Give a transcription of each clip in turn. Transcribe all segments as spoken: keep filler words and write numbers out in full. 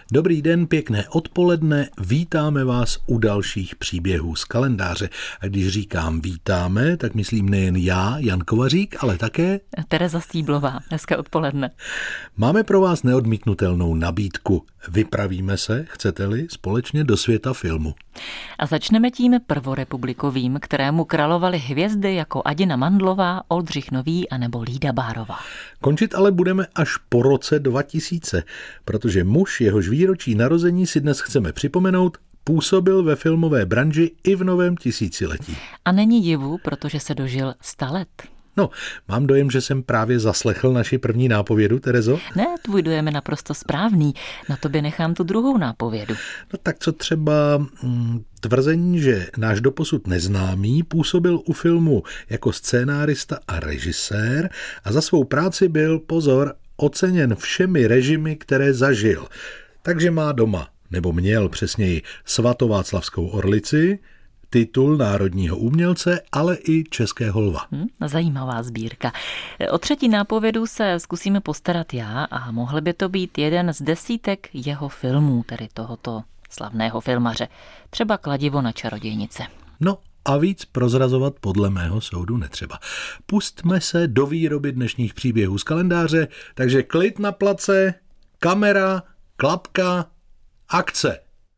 Dobrý den, pěkné odpoledne, vítáme vás u dalších příběhů z kalendáře. A když říkám vítáme, tak myslím nejen já, Jan Kovařík, ale také Tereza Stýblová, dneska odpoledne. Máme pro vás neodmítnutelnou nabídku. Vypravíme se, chcete-li, společně do světa filmu. A začneme tím prvorepublikovým, kterému královaly hvězdy jako Adina Mandlová, Oldřich Nový a nebo Lída Bárová. Končit ale budeme až po roce dva tisíce, protože muž, jehož výročí narození si dnes chceme připomenout, působil ve filmové branži i v novém tisíciletí. A není divu, protože se dožil sta let. No, mám dojem, že jsem právě zaslechl naši první nápovědu, Terezo. Ne, tvůj dojem je naprosto správný. Na tobě nechám tu druhou nápovědu. No tak co třeba hm, tvrzení, že náš doposud neznámý působil u filmu jako scénárista a režisér a za svou práci byl, pozor, oceněn všemi režimy, které zažil. Takže má doma, nebo měl přesněji, svatováclavskou orlici, titul národního umělce, ale i českého lva. Hmm, zajímavá sbírka. O třetí nápovědu se zkusíme postarat já a mohl by to být jeden z desítek jeho filmů, tedy tohoto slavného filmaře. Třeba Kladivo na čarodějnice. No a víc prozrazovat podle mého soudu netřeba. Pustme se do výroby dnešních příběhů z kalendáře, takže klid na place, kamera, klapka, akce.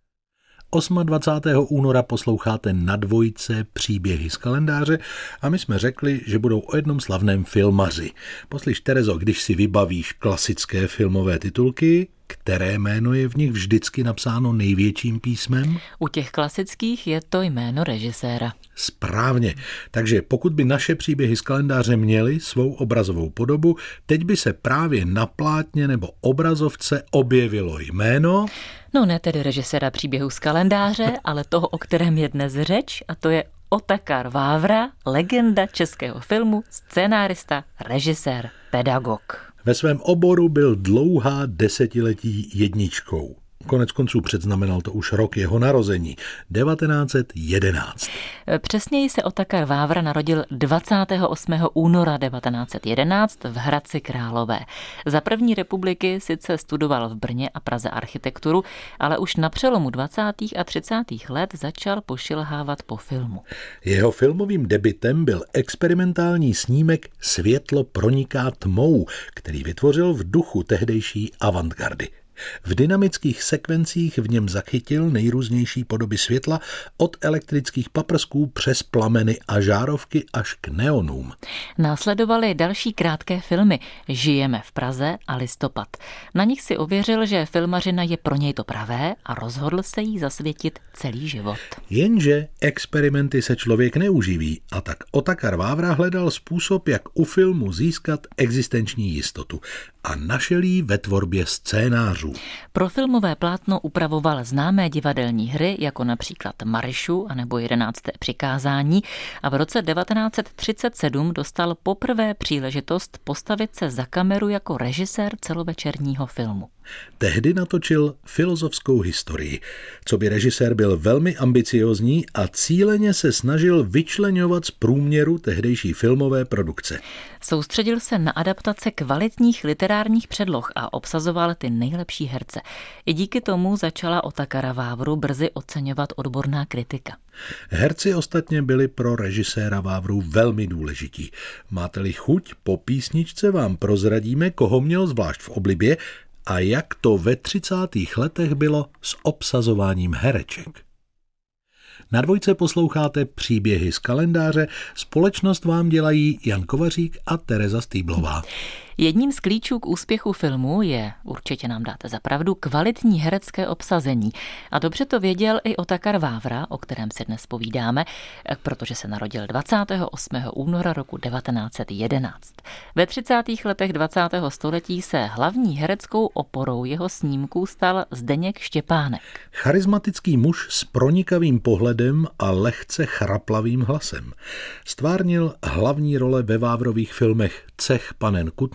dvacátého osmého února posloucháte Na dvojce příběhy z kalendáře a my jsme řekli, že budou o jednom slavném filmaři. Poslyš, Terezo, když si vybavíš klasické filmové titulky, které jméno je v nich vždycky napsáno největším písmem? U těch klasických je to jméno režiséra. Správně. Takže pokud by naše příběhy z kalendáře měly svou obrazovou podobu, teď by se právě na plátně nebo obrazovce objevilo jméno... No ne tedy režiséra příběhů z kalendáře, ale toho, o kterém je dnes řeč, a to je Otakar Vávra, legenda českého filmu, scénárista, režisér, pedagog. Ve svém oboru byl dlouhá desetiletí jedničkou. Konec konců předznamenal to už rok jeho narození, devatenáct set jedenáct. Přesněji se Otakar Vávra narodil dvacátého osmého února devatenáct set jedenáct v Hradci Králové. Za první republiky sice studoval v Brně a Praze architekturu, ale už na přelomu dvacátých a třicátých let začal pošilhávat po filmu. Jeho filmovým debutem byl experimentální snímek Světlo proniká tmou, který vytvořil v duchu tehdejší avantgardy. V dynamických sekvencích v něm zachytil nejrůznější podoby světla od elektrických paprsků přes plameny a žárovky až k neonům. Následovaly další krátké filmy Žijeme v Praze a Listopad. Na nich si ověřil, že filmařina je pro něj to pravé a rozhodl se jí zasvětit celý život. Jenže experimenty se člověk neuživí a tak Otakar Vávra hledal způsob, jak u filmu získat existenční jistotu a našel jí ve tvorbě scénářů. Pro filmové plátno upravoval známé divadelní hry, jako například Marišu anebo jedenácté přikázání, a v roce devatenáct set třicet sedm dostal poprvé příležitost postavit se za kameru jako režisér celovečerního filmu. Tehdy natočil Filozofskou historii. Coby režisér byl velmi ambiciózní a cíleně se snažil vyčleňovat z průměru tehdejší filmové produkce. Soustředil se na adaptace kvalitních literárních předloh a obsazoval ty nejlepší herce. I díky tomu začala Otakara Vávru brzy oceňovat odborná kritika. Herci ostatně byli pro režiséra Vávru velmi důležití. Máte-li chuť, po písničce vám prozradíme, koho měl zvlášť v oblibě a jak to ve třicátých letech bylo s obsazováním hereček. Na dvojce posloucháte příběhy z kalendáře, společnost vám dělají Jan Kovařík a Tereza Stýblová. Jedním z klíčů k úspěchu filmu je, určitě nám dáte za pravdu, kvalitní herecké obsazení. A dobře to věděl i Otakar Vávra, o kterém si dnes povídáme, protože se narodil dvacátého osmého února roku devatenáct set jedenáct. Ve třicátých letech dvacátého století se hlavní hereckou oporou jeho snímků stal Zdeněk Štěpánek. Charismatický muž s pronikavým pohledem a lehce chraplavým hlasem. Stvárnil hlavní role ve Vávrových filmech Cech panen Kutno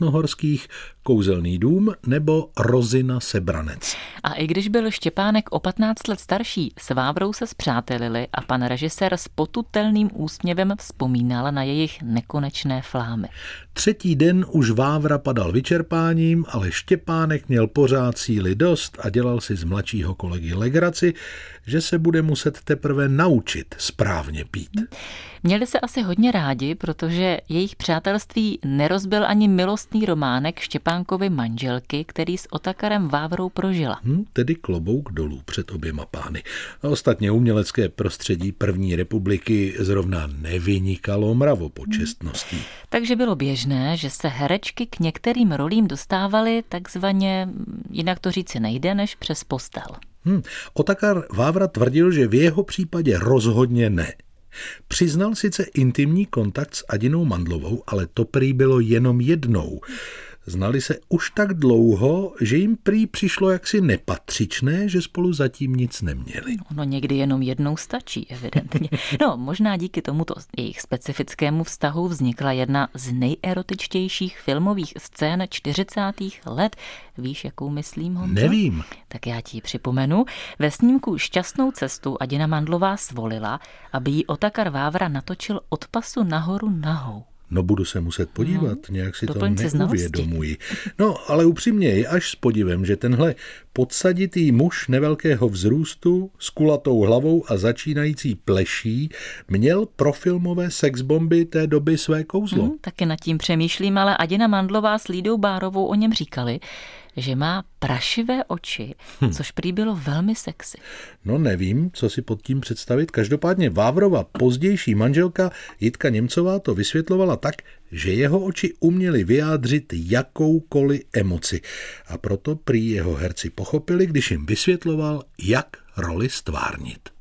černohorských Kouzelný dům nebo Rozina Sebranec. A i když byl Štěpánek o patnáct let starší, s Vávrou se spřátelili a pan režisér s potutelným úsměvem vzpomínal na jejich nekonečné flámy. Třetí den už Vávra padal vyčerpáním, ale Štěpánek měl pořád síly dost a dělal si z mladšího kolegy legraci, že se bude muset teprve naučit správně pít. Měli se asi hodně rádi, protože jejich přátelství nerozbil ani milostný románek Štěpánkovy manželky, který s Otakarem Vávrou prožila. Hmm, tedy klobouk dolů před oběma pány. A ostatně umělecké prostředí první republiky zrovna nevynikalo mravopočestností. Hmm. Takže bylo běžné, že se herečky k některým rolím dostávaly takzvaně, jinak to říci nejde, než přes postel. Hmm. Otakar Vávra tvrdil, že v jeho případě rozhodně ne. Přiznal sice intimní kontakt s Adinou Mandlovou, ale to prý bylo jenom jednou. Znali se už tak dlouho, že jim prý přišlo jaksi nepatřičné, že spolu zatím nic neměli. No někdy jenom jednou stačí, evidentně. No možná díky tomuto jejich specifickému vztahu vznikla jedna z nejerotičtějších filmových scén čtyřicátých let. Víš, jakou myslím, Honzo? Nevím. Tak já ti ji připomenu. Ve snímku Šťastnou cestu Adina Mandlová svolila, aby jí Otakar Vávra natočil od pasu nahoru nahou. No budu se muset podívat, no, nějak si to neuvědomuji. Znalosti. No, ale upřímně je až s podivem, že tenhle podsaditý muž nevelkého vzrůstu s kulatou hlavou a začínající pleší měl pro filmové sexbomby té doby své kouzlo. Hmm, taky nad tím přemýšlím, ale Adina Mandlová s Lídou Bárovou o něm říkali, že má prašivé oči, hm. což prý bylo velmi sexy. No nevím, co si pod tím představit. Každopádně Vávrova pozdější manželka Jitka Němcová to vysvětlovala tak, že jeho oči uměly vyjádřit jakoukoliv emoci. A proto prý jeho herci pochopili, když jim vysvětloval, jak roli stvárnit.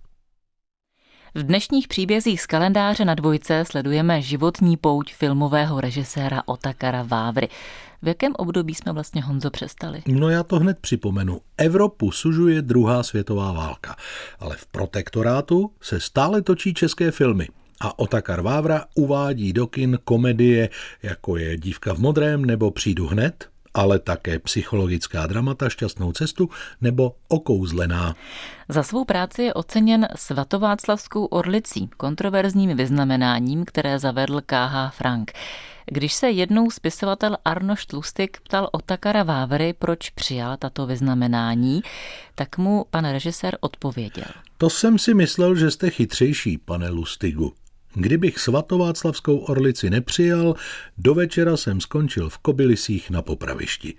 V dnešních příbězích z kalendáře na Dvojce sledujeme životní pouť filmového režiséra Otakara Vávry. V jakém období jsme vlastně, Honzo, přestali? No já to hned připomenu. Evropu sužuje druhá světová válka, ale v protektorátu se stále točí české filmy. A Otakar Vávra uvádí do kin komedie, jako je Dívka v modrém nebo Přijdu hned, ale také psychologická dramata Šťastnou cestu nebo Okouzlená. Za svou práci je oceněn svatováclavskou orlicí, kontroverzním vyznamenáním, které zavedl K H Frank. Když se jednou spisovatel Arnošt Lustig ptal Otakara Vávry, proč přijal tato vyznamenání, tak mu pan režisér odpověděl. To jsem si myslel, že jste chytřejší, pane Lustigu. Kdybych svatováclavskou orlici nepřijal, do večera jsem skončil v Kobylisích na popravišti.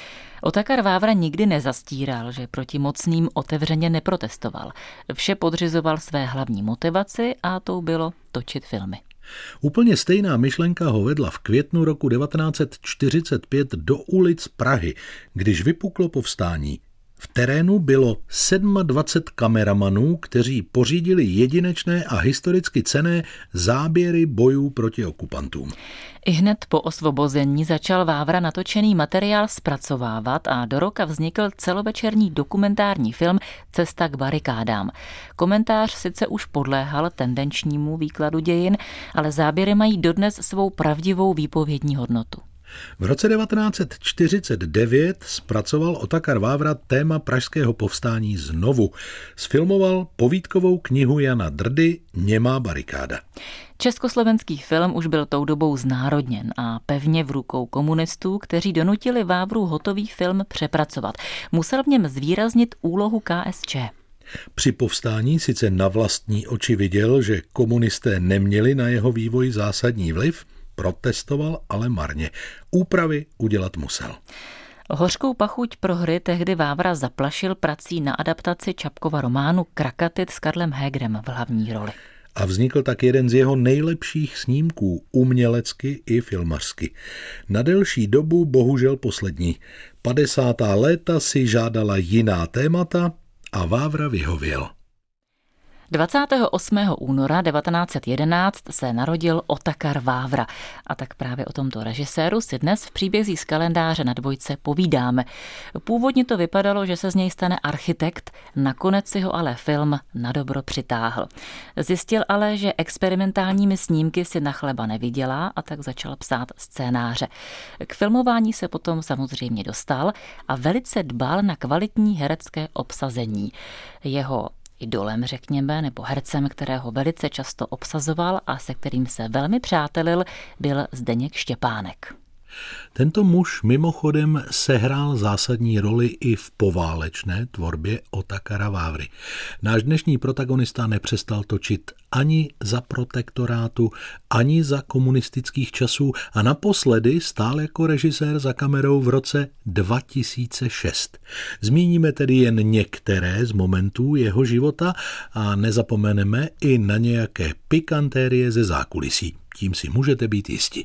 Otakar Vávra nikdy nezastíral, že proti mocným otevřeně neprotestoval. Vše podřizoval své hlavní motivaci a tou bylo točit filmy. Úplně stejná myšlenka ho vedla v květnu roku devatenáct set čtyřicet pět do ulic Prahy, když vypuklo povstání. V terénu bylo dvacet sedm kameramanů, kteří pořídili jedinečné a historicky cenné záběry bojů proti okupantům. I hned po osvobození začal Vávra natočený materiál zpracovávat a do roka vznikl celovečerní dokumentární film Cesta k barikádám. Komentář sice už podléhal tendenčnímu výkladu dějin, ale záběry mají dodnes svou pravdivou výpovědní hodnotu. V roce devatenáct set čtyřicet devět zpracoval Otakar Vávra téma pražského povstání znovu. Sfilmoval povídkovou knihu Jana Drdy Němá barikáda. Československý film už byl tou dobou znárodněn a pevně v rukou komunistů, kteří donutili Vávru hotový film přepracovat. Musel v něm zvýraznit úlohu K S Č. Při povstání sice na vlastní oči viděl, že komunisté neměli na jeho vývoj zásadní vliv, protestoval ale marně. Úpravy udělat musel. Hořkou pachuť pro hry tehdy Vávra zaplašil prací na adaptaci Čapkova románu Krakatit s Karlem Hegerem v hlavní roli. A vznikl tak jeden z jeho nejlepších snímků, umělecky i filmařsky. Na delší dobu bohužel poslední. padesátá léta si žádala jiná témata a Vávra vyhověl. dvacátého osmého února devatenáct set jedenáct se narodil Otakar Vávra a tak právě o tomto režiséru si dnes v příbězích z kalendáře na Dvojce povídáme. Původně to vypadalo, že se z něj stane architekt, nakonec si ho ale film na dobro přitáhl. Zjistil ale, že experimentálními snímky si na chleba nevydělá a tak začal psát scénáře. K filmování se potom samozřejmě dostal a velice dbal na kvalitní herecké obsazení. Jeho idolem, řekněme, nebo hercem, kterého velice často obsazoval a se kterým se velmi přátelil, byl Zdeněk Štěpánek. Tento muž mimochodem sehrál zásadní roli i v poválečné tvorbě Otakara Vávry. Náš dnešní protagonista nepřestal točit ani za protektorátu, ani za komunistických časů a naposledy stál jako režisér za kamerou v roce dva tisíce šest. Zmíníme tedy jen některé z momentů jeho života a nezapomeneme i na nějaké pikantérie ze zákulisí. Tím si můžete být jisti.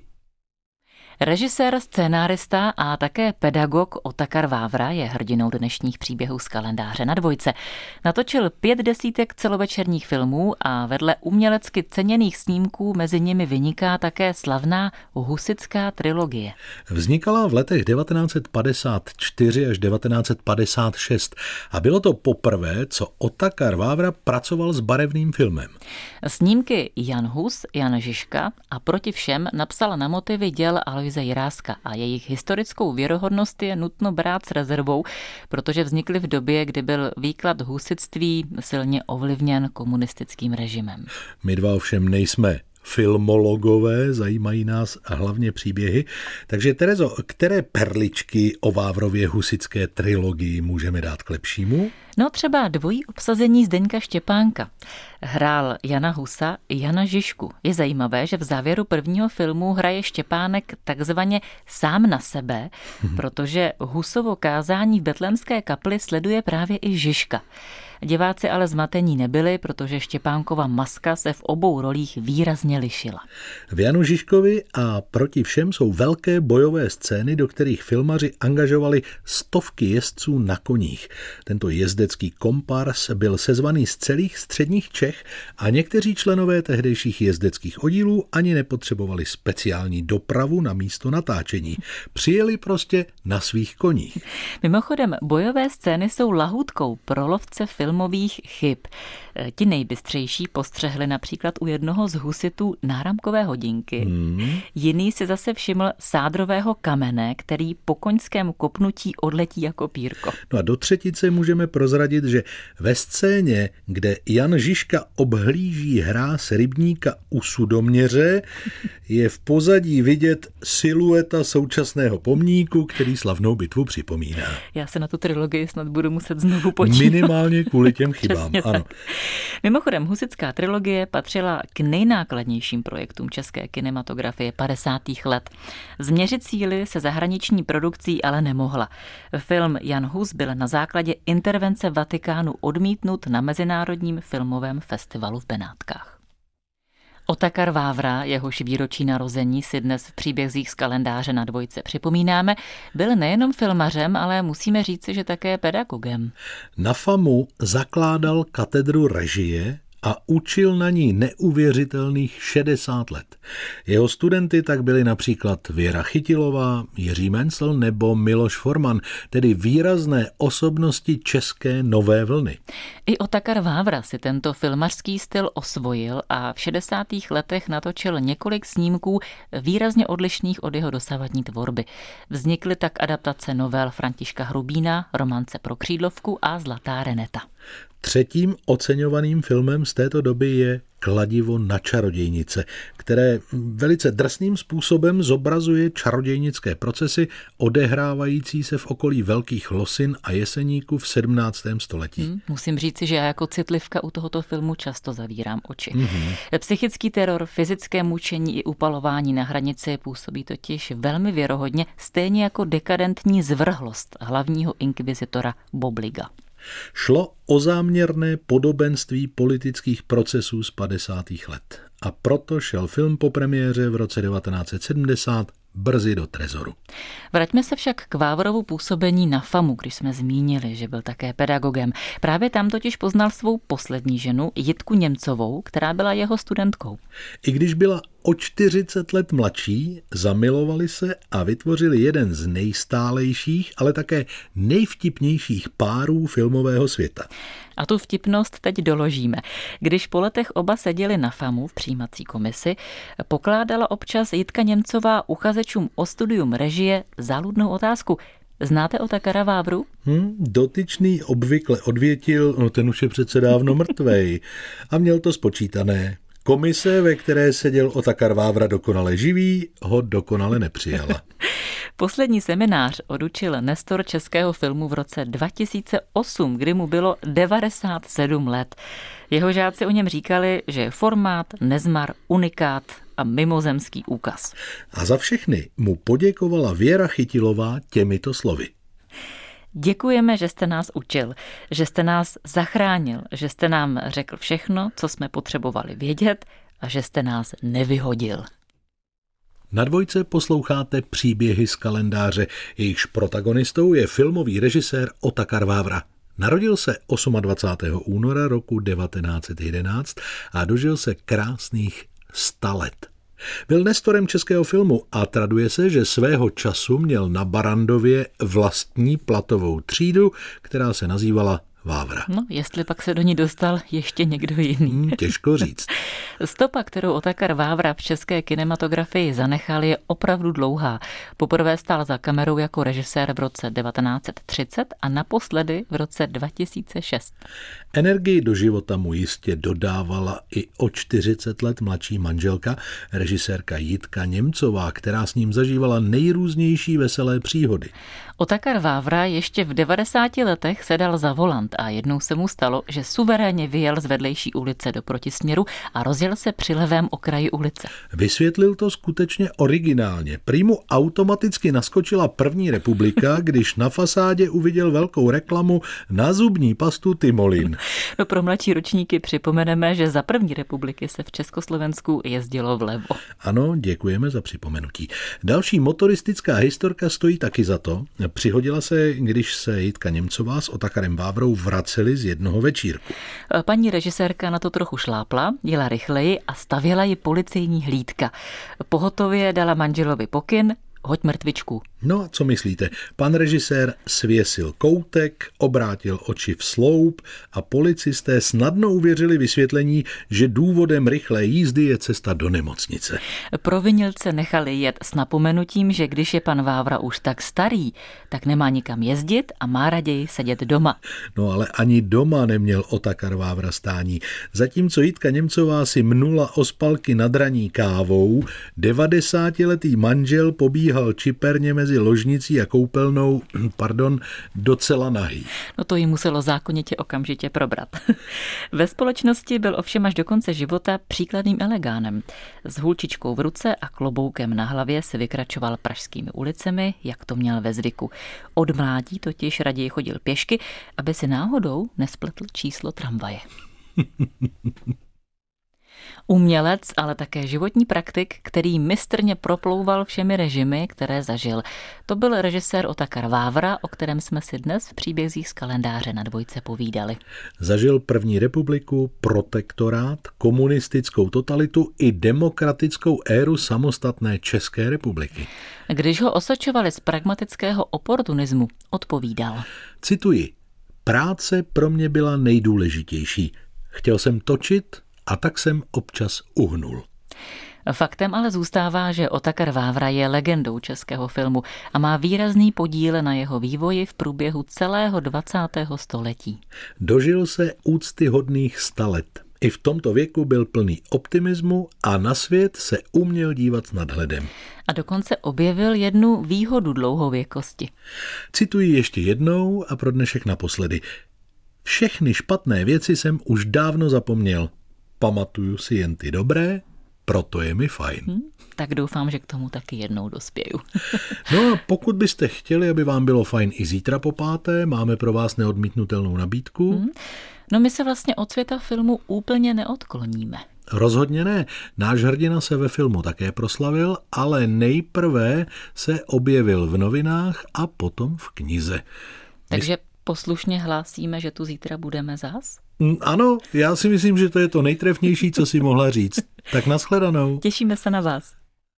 Režisér, scénárista a také pedagog Otakar Vávra je hrdinou dnešních příběhů z kalendáře na Dvojce. Natočil pět desítek celovečerních filmů a vedle umělecky ceněných snímků mezi nimi vyniká také slavná husitská trilogie. Vznikala v letech devatenáct set padesát čtyři až devatenáct set padesát šest a bylo to poprvé, co Otakar Vávra pracoval s barevným filmem. Snímky Jan Hus, Jan Žižka a Proti všem napsal na motivy děl Alojze Jiráska a jejich historickou věrohodnost je nutno brát s rezervou, protože vznikly v době, kdy byl výklad husitství silně ovlivněn komunistickým režimem. My dva ovšem nejsme filmologové, zajímají nás hlavně příběhy. Takže Terezo, které perličky o Vávrově husitské trilogii můžeme dát k lepšímu? No třeba dvojí obsazení Zdeňka Štěpánka. Hrál Jana Husa i Jana Žižku. Je zajímavé, že v závěru prvního filmu hraje Štěpánek takzvaně sám na sebe, hmm. protože Husovo kázání v betlémské kapli sleduje právě i Žižka. Diváci ale zmatení nebyli, protože Štěpánkova maska se v obou rolích výrazně lišila. V Janu Žižkovi a Proti všem jsou velké bojové scény, do kterých filmaři angažovali stovky jezdců na koních. Tento jezdecký kompars byl sezvaný z celých středních Čech a někteří členové tehdejších jezdeckých oddílů ani nepotřebovali speciální dopravu na místo natáčení. Přijeli prostě na svých koních. Mimochodem, bojové scény jsou lahůdkou pro lovce filmových chyb. Ti nejbystřejší postřehli například u jednoho z husitů náramkové hodinky. Hmm. Jiný si zase všiml sádrového kamene, který po koňském kopnutí odletí jako pírko. No a do třetice můžeme prozradit, že ve scéně, kde Jan Žižka obhlíží hráz rybníka u Sudoměře, je v pozadí vidět silueta současného pomníku, který slavnou bitvu připomíná. Já se na tu trilogii snad budu muset znovu počítat. Minimálně kvůli těm chybám, ano. Mimochodem, husitská trilogie patřila k nejnákladnějším projektům české kinematografie padesátých let. Změřit síly se zahraniční produkcí ale nemohla. Film Jan Hus byl na základě intervence Vatikánu odmítnut na Mezinárodním filmovém festivalu v Benátkách. Otakar Vávra, jehož výročí narození si dnes v příbězích z kalendáře na Dvojce připomínáme, byl nejenom filmařem, ale musíme říci, že také pedagogem. Na FAMu zakládal katedru režie a učil na ní neuvěřitelných šedesát let. Jeho studenty tak byli například Věra Chytilová, Jiří Mencl nebo Miloš Forman, tedy výrazné osobnosti české nové vlny. I Otakar Vávra si tento filmařský styl osvojil a v šedesátých letech natočil několik snímků výrazně odlišných od jeho dosavadní tvorby. Vznikly tak adaptace novel Františka Hrubína, Romance pro křídlovku a Zlatá Reneta. Třetím oceňovaným filmem z této doby je Kladivo na čarodějnice, které velice drsným způsobem zobrazuje čarodějnické procesy odehrávající se v okolí Velkých Losin a Jeseníku v sedmnáctém století. Hmm, musím říci, že já jako citlivka u tohoto filmu často zavírám oči. Mm-hmm. Psychický teror, fyzické mučení i upalování na hranici působí totiž velmi věrohodně, stejně jako dekadentní zvrhlost hlavního inkvizitora Bobliga. Šlo o záměrné podobenství politických procesů z padesátých let. A proto šel film po premiéře v roce devatenáct set sedmdesát brzy do trezoru. Vraťme se však k Vávrovu působení na FAMu, když jsme zmínili, že byl také pedagogem. Právě tam totiž poznal svou poslední ženu Jitku Němcovou, která byla jeho studentkou. I když byla o čtyřicet let mladší, zamilovali se a vytvořili jeden z nejstálejších, ale také nejvtipnějších párů filmového světa. A tu vtipnost teď doložíme. Když po letech oba seděli na FAMu v přijímací komisi, pokládala občas Jitka Němcová uchazečům o studium režie záludnou otázku. Znáte Otakara Vávru? Hmm, dotyčný obvykle odvětil, no ten už je přece dávno mrtvej. A měl to spočítané. Komise, ve které seděl Otakar Vávra dokonale živý, ho dokonale nepřijala. Poslední seminář odučil nestor českého filmu v roce dva tisíce osm, kdy mu bylo devadesát sedm let. Jeho žáci o něm říkali, že je formát, nezmar, unikát a mimozemský úkaz. A za všechny mu poděkovala Věra Chytilová těmito slovy. Děkujeme, že jste nás učil, že jste nás zachránil, že jste nám řekl všechno, co jsme potřebovali vědět a že jste nás nevyhodil. Na Dvojce posloucháte příběhy z kalendáře, jejichž protagonistou je filmový režisér Otakar Vávra. Narodil se dvacátého osmého února roku devatenáct set jedenáct a dožil se krásných sta let. Byl nestorem českého filmu a traduje se, že svého času měl na Barrandově vlastní platovou třídu, která se nazývala Vávra. No, jestli pak se do ní dostal ještě někdo jiný. Hmm, těžko říct. Stopa, kterou Otakar Vávra v české kinematografii zanechal, je opravdu dlouhá. Poprvé stál za kamerou jako režisér v roce devatenáct set třicet a naposledy v roce dva tisíce šest. Energii do života mu jistě dodávala i o čtyřicet let mladší manželka, režisérka Jitka Němcová, která s ním zažívala nejrůznější veselé příhody. Otakar Vávra ještě v devadesáti letech sedal za volant a jednou se mu stalo, že suverénně vyjel z vedlejší ulice do protisměru a rozjel se při levém okraji ulice. Vysvětlil to skutečně originálně. Prý mu automaticky naskočila první republika, když na fasádě uviděl velkou reklamu na zubní pastu Tymolin. No, pro mladší ročníky připomeneme, že za první republiky se v Československu jezdilo vlevo. Ano, děkujeme za připomenutí. Další motoristická historka stojí taky za to. Přihodila se, když se Jitka Němcová s Otakarem Vávrou vraceli z jednoho večírku. Paní režisérka na to trochu šlápla, jela rychleji a stavěla ji policejní hlídka. Pohotově dala manželovi pokyn: hoď mrtvičku. No a co myslíte? Pan režisér svěsil koutek, obrátil oči v sloup a policisté snadno uvěřili vysvětlení, že důvodem rychlé jízdy je cesta do nemocnice. Provinilce nechali jet s napomenutím, že když je pan Vávra už tak starý, tak nemá nikam jezdit a má raději sedět doma. No ale ani doma neměl Otakar Vávra stání. Zatímco Jitka Němcová si mnula ospalky nad raní kávou, devadesátiletý manžel pobíhal čiperně mezi ložnicí a koupelnou, pardon, docela nahý. No to jí muselo zákonitě okamžitě probrat. Ve společnosti byl ovšem až do konce života příkladným elegánem. S hůlčičkou v ruce a kloboukem na hlavě se vykračoval pražskými ulicemi, jak to měl ve zvyku. Od mládí totiž raději chodil pěšky, aby si náhodou nespletl číslo tramvaje. Umělec, ale také životní praktik, který mistrně proplouval všemi režimy, které zažil. To byl režisér Otakar Vávra, o kterém jsme si dnes v příbězích z kalendáře na Dvojce povídali. Zažil první republiku, protektorát, komunistickou totalitu i demokratickou éru samostatné České republiky. Když ho osočovali z pragmatického oportunismu, odpovídal. Cituji: práce pro mě byla nejdůležitější. Chtěl jsem točit, a tak jsem občas uhnul. Faktem ale zůstává, že Otakar Vávra je legendou českého filmu a má výrazný podíl na jeho vývoji v průběhu celého dvacátého století. Dožil se úctyhodných sta let. I v tomto věku byl plný optimismu a na svět se uměl dívat s nadhledem. A dokonce objevil jednu výhodu dlouhověkosti. Cituji ještě jednou a pro dnešek naposledy. Všechny špatné věci jsem už dávno zapomněl. Pamatuju si jen ty dobré, proto je mi fajn. Hmm, tak doufám, že k tomu taky jednou dospěju. No a pokud byste chtěli, aby vám bylo fajn i zítra po páté, máme pro vás neodmítnutelnou nabídku. Hmm. No my se vlastně od světa filmu úplně neodkloníme. Rozhodně ne. Náš hrdina se ve filmu také proslavil, ale nejprve se objevil v novinách a potom v knize. Takže poslušně hlásíme, že tu zítra budeme zas? Ano, já si myslím, že to je to nejtrefnější, co si mohla říct. Tak nashledanou. Těšíme se na vás.